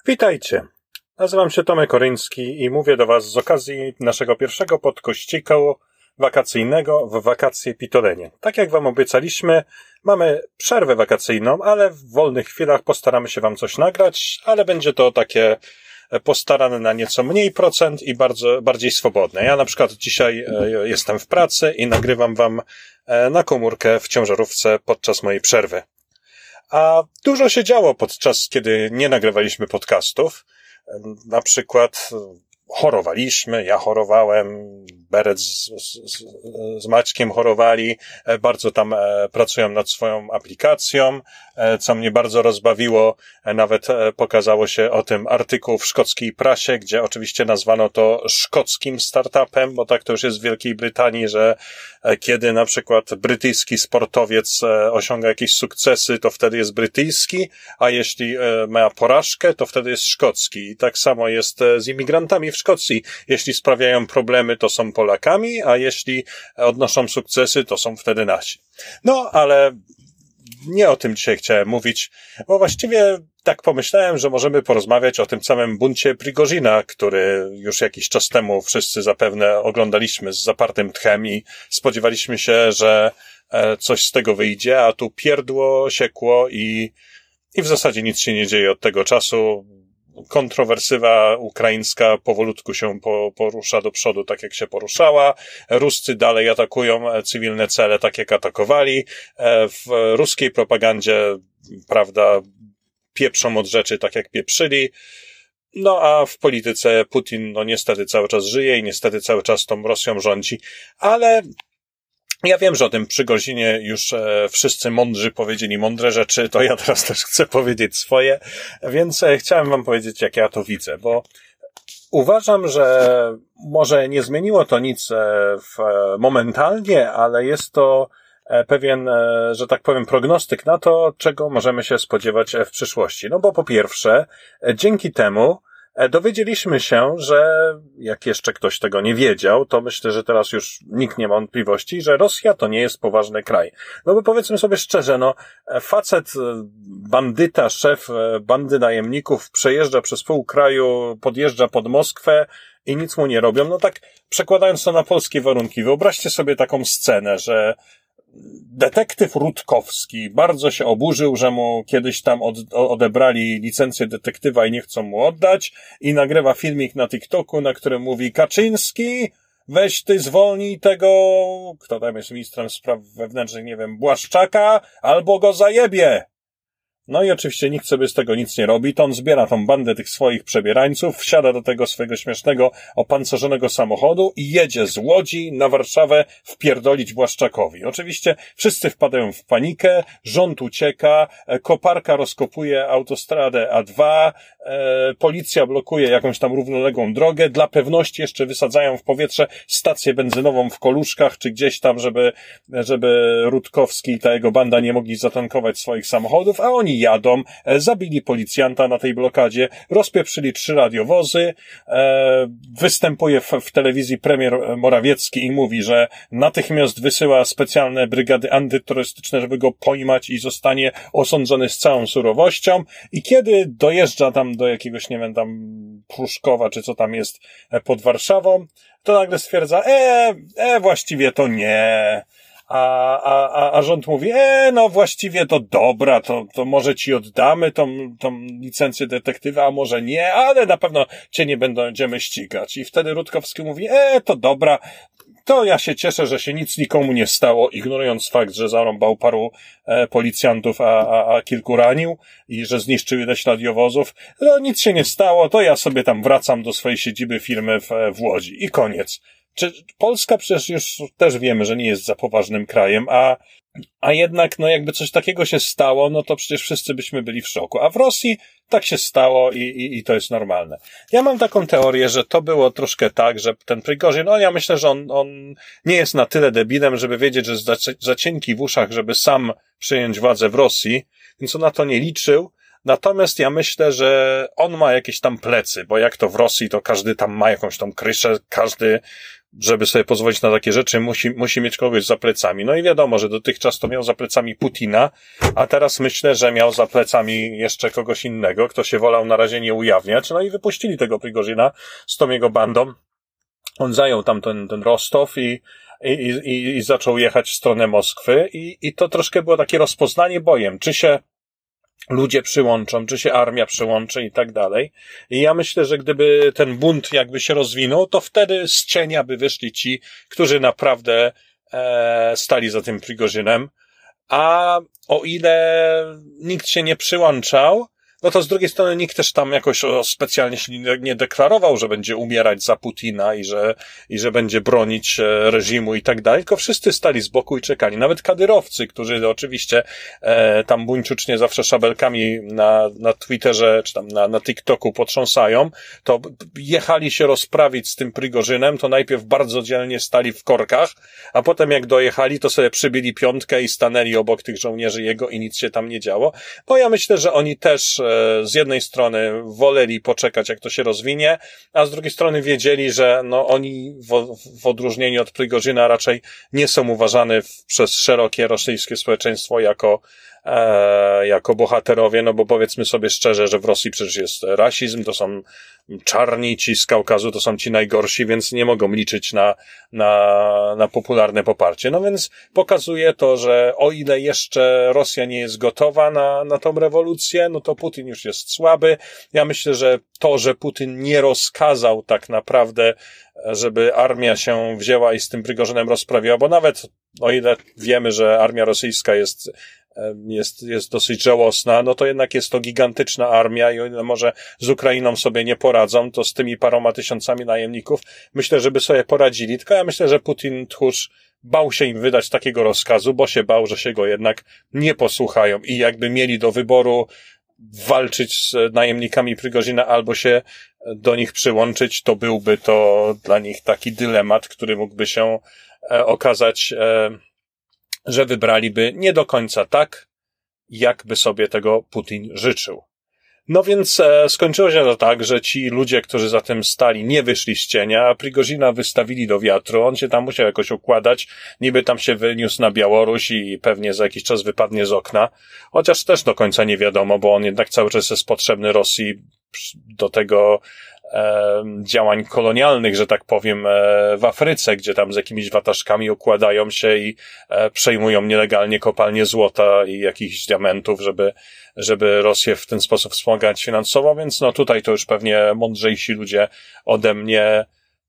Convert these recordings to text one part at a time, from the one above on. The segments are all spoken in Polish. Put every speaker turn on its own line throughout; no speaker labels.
Witajcie. Nazywam się Tomek Oryński i mówię do Was z okazji naszego pierwszego podkościka wakacyjnego w wakacje Pitolenie. Tak jak Wam obiecaliśmy, mamy przerwę wakacyjną, ale w wolnych chwilach postaramy się Wam coś nagrać, ale będzie to takie postarane na nieco mniej procent i bardziej swobodne. Ja na przykład dzisiaj jestem w pracy i nagrywam Wam na komórkę w ciężarówce podczas mojej przerwy. A dużo się działo podczas, kiedy nie nagrywaliśmy podcastów. Na przykład chorowaliśmy, ja chorowałem, Beret z Maćkiem chorowali, bardzo tam pracują nad swoją aplikacją, co mnie bardzo rozbawiło. Nawet pokazało się o tym artykuł w szkockiej prasie, gdzie oczywiście nazwano to szkockim startupem, bo tak to już jest w Wielkiej Brytanii, że kiedy na przykład brytyjski sportowiec osiąga jakieś sukcesy, to wtedy jest brytyjski, a jeśli ma porażkę, to wtedy jest szkocki. I tak samo jest z imigrantami w Szkocji. Jeśli sprawiają problemy, to są Polakami, a jeśli odnoszą sukcesy, to są wtedy nasi. No, ale nie o tym dzisiaj chciałem mówić, bo właściwie tak pomyślałem, że możemy porozmawiać o tym samym buncie Prigozina, który już jakiś czas temu wszyscy zapewne oglądaliśmy z zapartym tchem i spodziewaliśmy się, że coś z tego wyjdzie, a tu pierdło, siekło i w zasadzie nic się nie dzieje od tego czasu. Kontrowersywa ukraińska powolutku się porusza do przodu, tak jak się poruszała. Ruscy dalej atakują cywilne cele, tak jak atakowali. W ruskiej propagandzie, prawda, pieprzą od rzeczy, tak jak pieprzyli. No a w polityce Putin, no niestety cały czas żyje i niestety cały czas tą Rosją rządzi. Ale ja wiem, że o tym Przygozinie już wszyscy mądrzy powiedzieli mądre rzeczy, to ja teraz też chcę powiedzieć swoje, więc chciałem Wam powiedzieć, jak ja to widzę, bo uważam, że może nie zmieniło to nic momentalnie, ale jest to pewien, że tak powiem, prognostyk na to, czego możemy się spodziewać w przyszłości. No bo po pierwsze, dzięki temu dowiedzieliśmy się, że jak jeszcze ktoś tego nie wiedział, to myślę, że teraz już nikt nie ma wątpliwości, że Rosja to nie jest poważny kraj. No bo powiedzmy sobie szczerze, no facet, bandyta, szef bandy najemników przejeżdża przez pół kraju, podjeżdża pod Moskwę i nic mu nie robią. No tak przekładając to na polskie warunki, wyobraźcie sobie taką scenę, że detektyw Rutkowski bardzo się oburzył, że mu kiedyś tam odebrali licencję detektywa i nie chcą mu oddać i nagrywa filmik na TikToku, na którym mówi: Kaczyński, weź ty zwolnij tego, kto tam jest ministrem spraw wewnętrznych, nie wiem, Błaszczaka, albo go zajebie. No i oczywiście nikt sobie z tego nic nie robi, to on zbiera tą bandę tych swoich przebierańców, wsiada do tego swojego śmiesznego, opancerzonego samochodu i jedzie z Łodzi na Warszawę wpierdolić Błaszczakowi. Oczywiście wszyscy wpadają w panikę, rząd ucieka, koparka rozkopuje autostradę A2, policja blokuje jakąś tam równoległą drogę, dla pewności jeszcze wysadzają w powietrze stację benzynową w Koluszkach, czy gdzieś tam, żeby Rutkowski i ta jego banda nie mogli zatankować swoich samochodów, a oni jadą, zabili policjanta na tej blokadzie, rozpieprzyli 3 radiowozy, występuje w telewizji premier Morawiecki i mówi, że natychmiast wysyła specjalne brygady antyterrorystyczne, żeby go pojmać i zostanie osądzony z całą surowością. I kiedy dojeżdża tam do jakiegoś, nie wiem, tam Pruszkowa, czy co tam jest pod Warszawą, to nagle stwierdza, właściwie to nie. A rząd mówi, no właściwie to dobra, to może ci oddamy tą licencję detektywa, a może nie, ale na pewno cię nie będziemy ścigać. I wtedy Rutkowski mówi, to dobra, to ja się cieszę, że się nic nikomu nie stało, ignorując fakt, że zarąbał paru policjantów, a kilku ranił i że zniszczył ileś radiowozów. No nic się nie stało, to ja sobie tam wracam do swojej siedziby firmy w Łodzi i koniec. Czy Polska przecież już też wiemy, że nie jest za poważnym krajem, a jednak, no jakby coś takiego się stało, no to przecież wszyscy byśmy byli w szoku. A w Rosji tak się stało i to jest normalne. Ja mam taką teorię, że to było troszkę tak, że ten Prigozin, ja myślę, że on nie jest na tyle debilem, żeby wiedzieć, że jest za cienki w uszach, żeby sam przyjąć władzę w Rosji, więc on na to nie liczył. Natomiast ja myślę, że on ma jakieś tam plecy, bo jak to w Rosji, to każdy tam ma jakąś tam kryszę, każdy żeby sobie pozwolić na takie rzeczy, musi mieć kogoś za plecami. No i wiadomo, że dotychczas to miał za plecami Putina, a teraz myślę, że miał za plecami jeszcze kogoś innego, kto się wolał na razie nie ujawniać. No i wypuścili tego Prigorzyna z tą jego bandą. On zajął tam ten Rostow i zaczął jechać w stronę Moskwy i to troszkę było takie rozpoznanie bojem, czy się ludzie przyłączą, czy się armia przyłączy i tak dalej. I ja myślę, że gdyby ten bunt jakby się rozwinął, to wtedy z cienia by wyszli ci, którzy naprawdę stali za tym Prigorzynem. A o ile nikt się nie przyłączał, no to z drugiej strony nikt też tam jakoś specjalnie się nie deklarował, że będzie umierać za Putina i że będzie bronić reżimu i tak dalej, tylko wszyscy stali z boku i czekali. Nawet kadyrowcy, którzy oczywiście tam buńczucznie zawsze szabelkami na Twitterze czy tam na TikToku potrząsają, to jechali się rozprawić z tym Prigorzynem, to najpierw bardzo dzielnie stali w korkach, a potem jak dojechali, to sobie przybili piątkę i stanęli obok tych żołnierzy jego i nic się tam nie działo. Bo ja myślę, że oni też z jednej strony woleli poczekać, jak to się rozwinie, a z drugiej strony wiedzieli, że no oni w odróżnieniu od Prigorzyna raczej nie są uważane przez szerokie rosyjskie społeczeństwo jako bohaterowie, no bo powiedzmy sobie szczerze, że w Rosji przecież jest rasizm, to są czarni, ci z Kaukazu to są ci najgorsi, więc nie mogą liczyć na popularne poparcie. No więc pokazuje to, że o ile jeszcze Rosja nie jest gotowa na tą rewolucję, no to Putin już jest słaby. Ja myślę, że to, że Putin nie rozkazał tak naprawdę, żeby armia się wzięła i z tym Prigorzynem rozprawiła, bo nawet o ile wiemy, że armia rosyjska jest dosyć żałosna, no to jednak jest to gigantyczna armia i o ile może z Ukrainą sobie nie poradzą, to z tymi paroma tysiącami najemników myślę, żeby sobie poradzili. Tylko ja myślę, że Putin tchórz bał się im wydać takiego rozkazu, bo się bał, że się go jednak nie posłuchają i jakby mieli do wyboru walczyć z najemnikami Prigorzyna albo się do nich przyłączyć, to byłby to dla nich taki dylemat, który mógłby się okazać, że wybraliby nie do końca tak, jakby sobie tego Putin życzył. No więc skończyło się to tak, że ci ludzie, którzy za tym stali, nie wyszli z cienia, a Prigorzyna wystawili do wiatru. On się tam musiał jakoś układać, niby tam się wyniósł na Białoruś i pewnie za jakiś czas wypadnie z okna. Chociaż też do końca nie wiadomo, bo on jednak cały czas jest potrzebny Rosji do tego działań kolonialnych, że tak powiem, w Afryce, gdzie tam z jakimiś wataszkami układają się i przejmują nielegalnie kopalnie złota i jakichś diamentów, żeby Rosję w ten sposób wspomagać finansowo, więc no tutaj to już pewnie mądrzejsi ludzie ode mnie,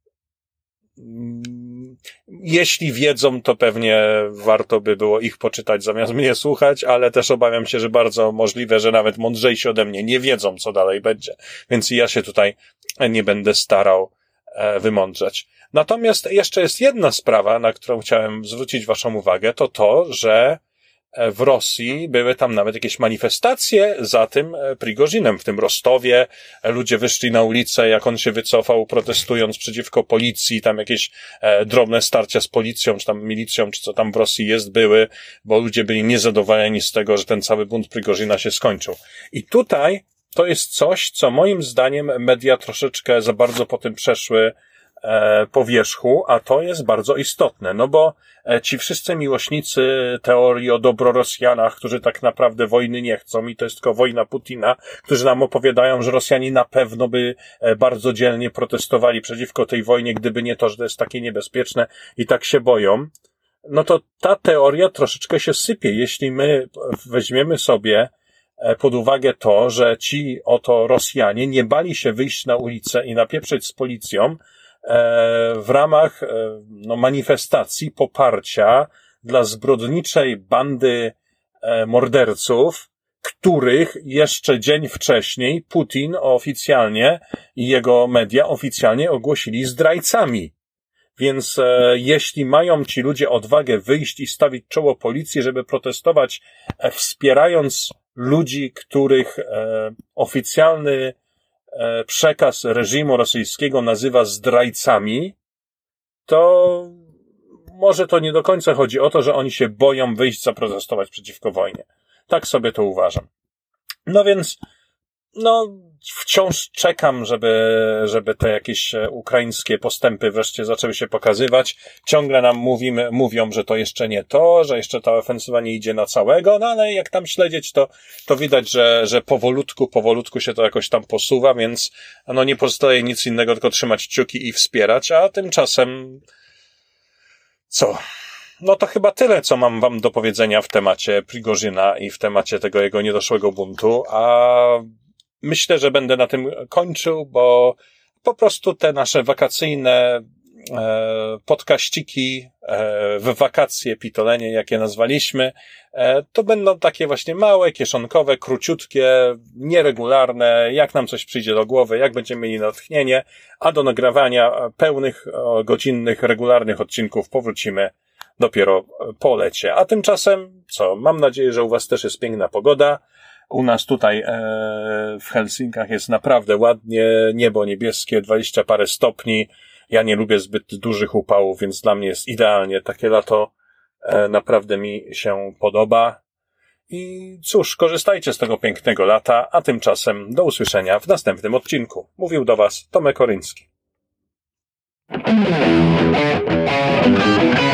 jeśli wiedzą, to pewnie warto by było ich poczytać zamiast mnie słuchać, ale też obawiam się, że bardzo możliwe, że nawet mądrzejsi ode mnie nie wiedzą, co dalej będzie, więc ja się tutaj nie będę starał wymądrzeć. Natomiast jeszcze jest jedna sprawa, na którą chciałem zwrócić waszą uwagę, to, że w Rosji były tam nawet jakieś manifestacje za tym Prigorzynem w tym Rostowie. Ludzie wyszli na ulicę, jak on się wycofał, protestując przeciwko policji. Tam jakieś drobne starcia z policją, czy tam milicją, czy co tam w Rosji były, bo ludzie byli niezadowoleni z tego, że ten cały bunt Prigorzyna się skończył. I tutaj to jest coś, co moim zdaniem media troszeczkę za bardzo po tym przeszły po wierzchu, a to jest bardzo istotne, no bo ci wszyscy miłośnicy teorii o dobrorosjanach, którzy tak naprawdę wojny nie chcą i to jest tylko wojna Putina, którzy nam opowiadają, że Rosjanie na pewno by bardzo dzielnie protestowali przeciwko tej wojnie, gdyby nie to, że to jest takie niebezpieczne i tak się boją, no to ta teoria troszeczkę się sypie, jeśli my weźmiemy sobie pod uwagę to, że ci oto Rosjanie nie bali się wyjść na ulicę i napieprzyć z policją w ramach manifestacji poparcia dla zbrodniczej bandy morderców, których jeszcze dzień wcześniej Putin oficjalnie i jego media oficjalnie ogłosili zdrajcami. Więc jeśli mają ci ludzie odwagę wyjść i stawić czoło policji, żeby protestować, wspierając ludzi, których oficjalny przekaz reżimu rosyjskiego nazywa zdrajcami, to może to nie do końca chodzi o to, że oni się boją wyjść zaprotestować przeciwko wojnie. Tak sobie to uważam. No więc wciąż czekam, żeby te jakieś ukraińskie postępy wreszcie zaczęły się pokazywać. Ciągle nam mówią, że to jeszcze nie to, że jeszcze ta ofensywa nie idzie na całego, ale jak tam śledzić, to widać, że powolutku się to jakoś tam posuwa, więc nie pozostaje nic innego, tylko trzymać kciuki i wspierać, a tymczasem co? To chyba tyle, co mam wam do powiedzenia w temacie Prigorzyna i w temacie tego jego niedoszłego buntu, a myślę, że będę na tym kończył, bo po prostu te nasze wakacyjne podkaściki w wakacje pitolenie, jak je nazwaliśmy, to będą takie właśnie małe, kieszonkowe, króciutkie, nieregularne, jak nam coś przyjdzie do głowy, jak będziemy mieli natchnienie, a do nagrywania pełnych, godzinnych, regularnych odcinków powrócimy dopiero po lecie. A tymczasem, mam nadzieję, że u was też jest piękna pogoda. U nas tutaj w Helsinkach jest naprawdę ładnie, niebo niebieskie, 20 parę stopni. Ja nie lubię zbyt dużych upałów, więc dla mnie jest idealnie. Takie lato naprawdę mi się podoba. I cóż, korzystajcie z tego pięknego lata, a tymczasem do usłyszenia w następnym odcinku. Mówił do was Tomek Koryński.